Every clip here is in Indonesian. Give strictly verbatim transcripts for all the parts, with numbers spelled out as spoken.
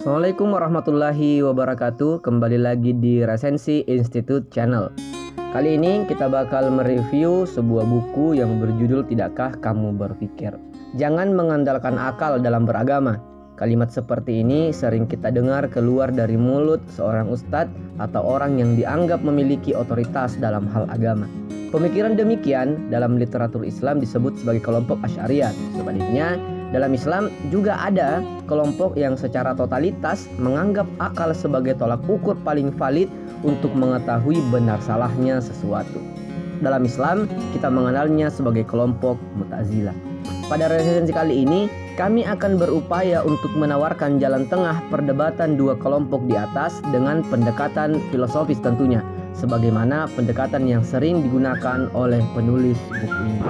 Assalamualaikum warahmatullahi wabarakatuh. Kembali lagi di Resensi Institute Channel. Kali ini kita bakal mereview sebuah buku yang berjudul Tidakkah Kamu Berpikir? Jangan mengandalkan akal dalam beragama. Kalimat seperti ini sering kita dengar keluar dari mulut seorang ustadz atau orang yang dianggap memiliki otoritas dalam hal agama. Pemikiran demikian dalam literatur Islam disebut sebagai kelompok Asy'ariyah. Sebaliknya, dalam Islam juga ada kelompok yang secara totalitas menganggap akal sebagai tolak ukur paling valid untuk mengetahui benar salahnya sesuatu. Dalam Islam, kita mengenalnya sebagai kelompok Mu'tazilah. Pada resensi kali ini, kami akan berupaya untuk menawarkan jalan tengah perdebatan dua kelompok di atas dengan pendekatan filosofis tentunya, sebagaimana pendekatan yang sering digunakan oleh penulis buku ini.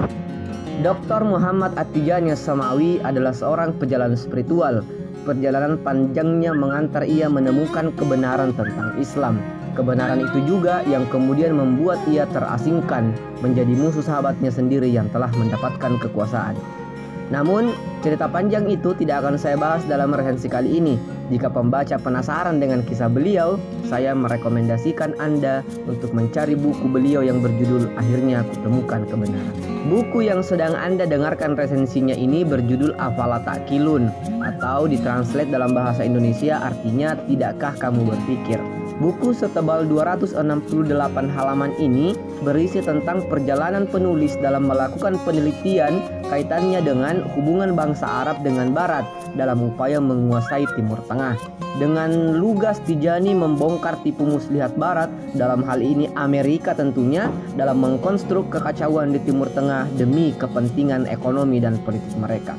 doktor Muhammad At-Tijani As-Samawi adalah seorang pejalan spiritual. Perjalanan panjangnya mengantar ia menemukan kebenaran tentang Islam. Kebenaran itu juga yang kemudian membuat ia terasingkan menjadi musuh sahabatnya sendiri yang telah mendapatkan kekuasaan. Namun, cerita panjang itu tidak akan saya bahas dalam resensi kali ini. Jika pembaca penasaran dengan kisah beliau, saya merekomendasikan Anda untuk mencari buku beliau yang berjudul Akhirnya Kutemukan Kebenaran. Buku yang sedang Anda dengarkan resensinya ini berjudul Afala Ta'qilun, atau ditranslate dalam bahasa Indonesia artinya Tidakkah Kamu Berpikir? Buku setebal dua ratus enam puluh delapan halaman ini berisi tentang perjalanan penulis dalam melakukan penelitian kaitannya dengan hubungan bangsa Arab dengan Barat dalam upaya menguasai Timur Tengah. Dengan lugas Tijani membongkar tipu muslihat Barat, dalam hal ini Amerika tentunya, dalam mengkonstruk kekacauan di Timur Tengah demi kepentingan ekonomi dan politik mereka.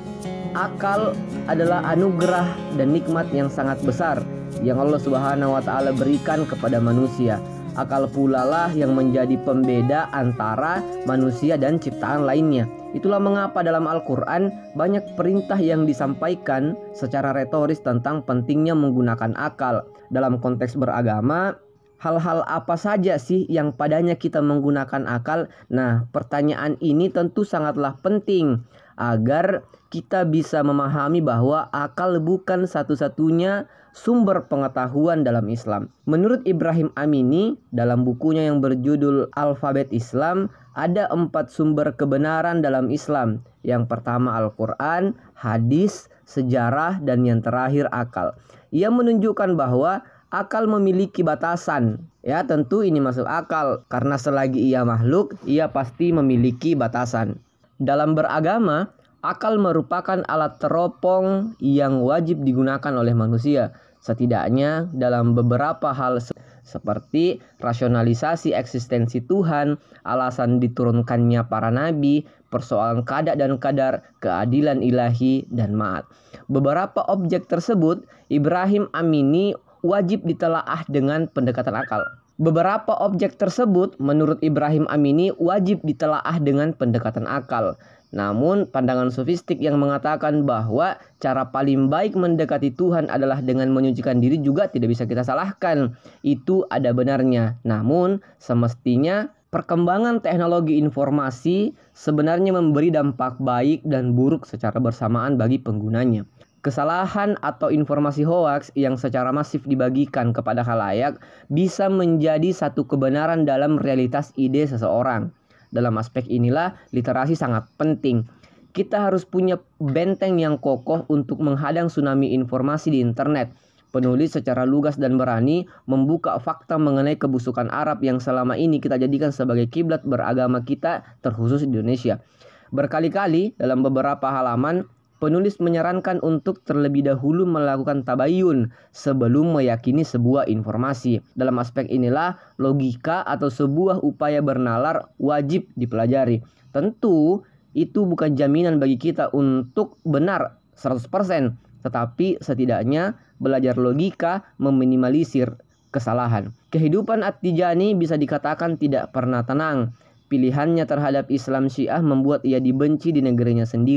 Akal adalah anugerah dan nikmat yang sangat besar yang Allah Subhanahu wa taala berikan kepada manusia. Akal pula lah yang menjadi pembeda antara manusia dan ciptaan lainnya. Itulah mengapa dalam Al-Quran banyak perintah yang disampaikan secara retoris tentang pentingnya menggunakan akal. Dalam konteks beragama, hal-hal apa saja sih yang padanya kita menggunakan akal? Nah, pertanyaan ini tentu sangatlah penting agar kita bisa memahami bahwa akal bukan satu-satunya sumber pengetahuan dalam Islam. Menurut Ibrahim Amini, dalam bukunya yang berjudul Alfabet Islam, ada empat sumber kebenaran dalam Islam. Yang pertama Al-Quran, hadis, sejarah, dan yang terakhir akal. Ia menunjukkan bahwa akal memiliki batasan. Ya, tentu ini masuk akal karena selagi ia makhluk, ia pasti memiliki batasan. Dalam beragama, akal merupakan alat teropong yang wajib digunakan oleh manusia, setidaknya dalam beberapa hal seperti rasionalisasi eksistensi Tuhan, alasan diturunkannya para nabi, persoalan qada dan qadar, keadilan ilahi, dan ma'ad. Beberapa objek tersebut Ibrahim Amini wajib ditelaah dengan pendekatan akal. Beberapa objek tersebut menurut Ibrahim Amini wajib ditelaah dengan pendekatan akal. Namun pandangan sofistik yang mengatakan bahwa cara paling baik mendekati Tuhan adalah dengan menyucikan diri juga tidak bisa kita salahkan. Itu ada benarnya. Namun semestinya perkembangan teknologi informasi sebenarnya memberi dampak baik dan buruk secara bersamaan bagi penggunanya. Kesalahan atau informasi hoaks yang secara masif dibagikan kepada khalayak bisa menjadi satu kebenaran dalam realitas ide seseorang. Dalam aspek inilah literasi sangat penting. Kita harus punya benteng yang kokoh untuk menghadang tsunami informasi di internet. Penulis secara lugas dan berani membuka fakta mengenai kebusukan Arab yang selama ini kita jadikan sebagai kiblat beragama kita, terkhusus di Indonesia. Berkali-kali dalam beberapa halaman, penulis menyarankan untuk terlebih dahulu melakukan tabayun sebelum meyakini sebuah informasi. Dalam aspek inilah logika atau sebuah upaya bernalar wajib dipelajari. Tentu itu bukan jaminan bagi kita untuk benar seratus persen, tetapi setidaknya belajar logika meminimalisir kesalahan. Kehidupan At-Tijani bisa dikatakan tidak pernah tenang. Pilihannya terhadap Islam Syiah membuat ia dibenci di negerinya sendiri.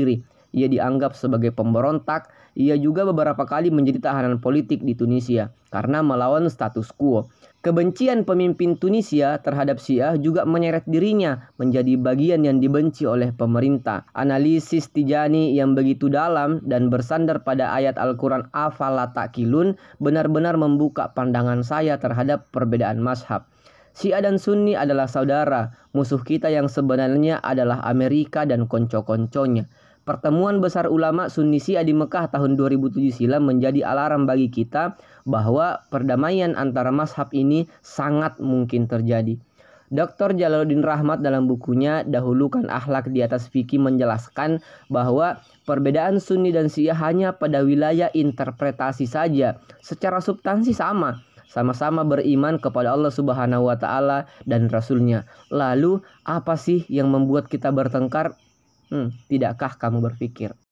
ia dianggap sebagai pemberontak. Ia juga beberapa kali menjadi tahanan politik di Tunisia karena melawan status quo. Kebencian pemimpin Tunisia terhadap Syiah juga menyeret dirinya menjadi bagian yang dibenci oleh pemerintah. Analisis Tijani yang begitu dalam dan bersandar pada ayat Al-Quran Afala Ta'qilun benar-benar membuka pandangan saya terhadap perbedaan mazhab. Syiah dan Sunni adalah saudara. Musuh kita yang sebenarnya adalah Amerika dan konco-konconya. Pertemuan besar ulama Sunni Syiah di Mekah tahun dua ribu tujuh silam menjadi alarm bagi kita bahwa perdamaian antara mazhab ini sangat mungkin terjadi. doktor Jalaluddin Rahmat dalam bukunya Dahulukan Akhlak di Atas Fikih menjelaskan bahwa perbedaan Sunni dan Syiah hanya pada wilayah interpretasi saja. Secara substansi sama. Sama-sama beriman kepada Allah Subhanahu wa Ta'ala dan Rasul-Nya. Lalu apa sih yang membuat kita bertengkar? Hmm, tidakkah kamu berpikir?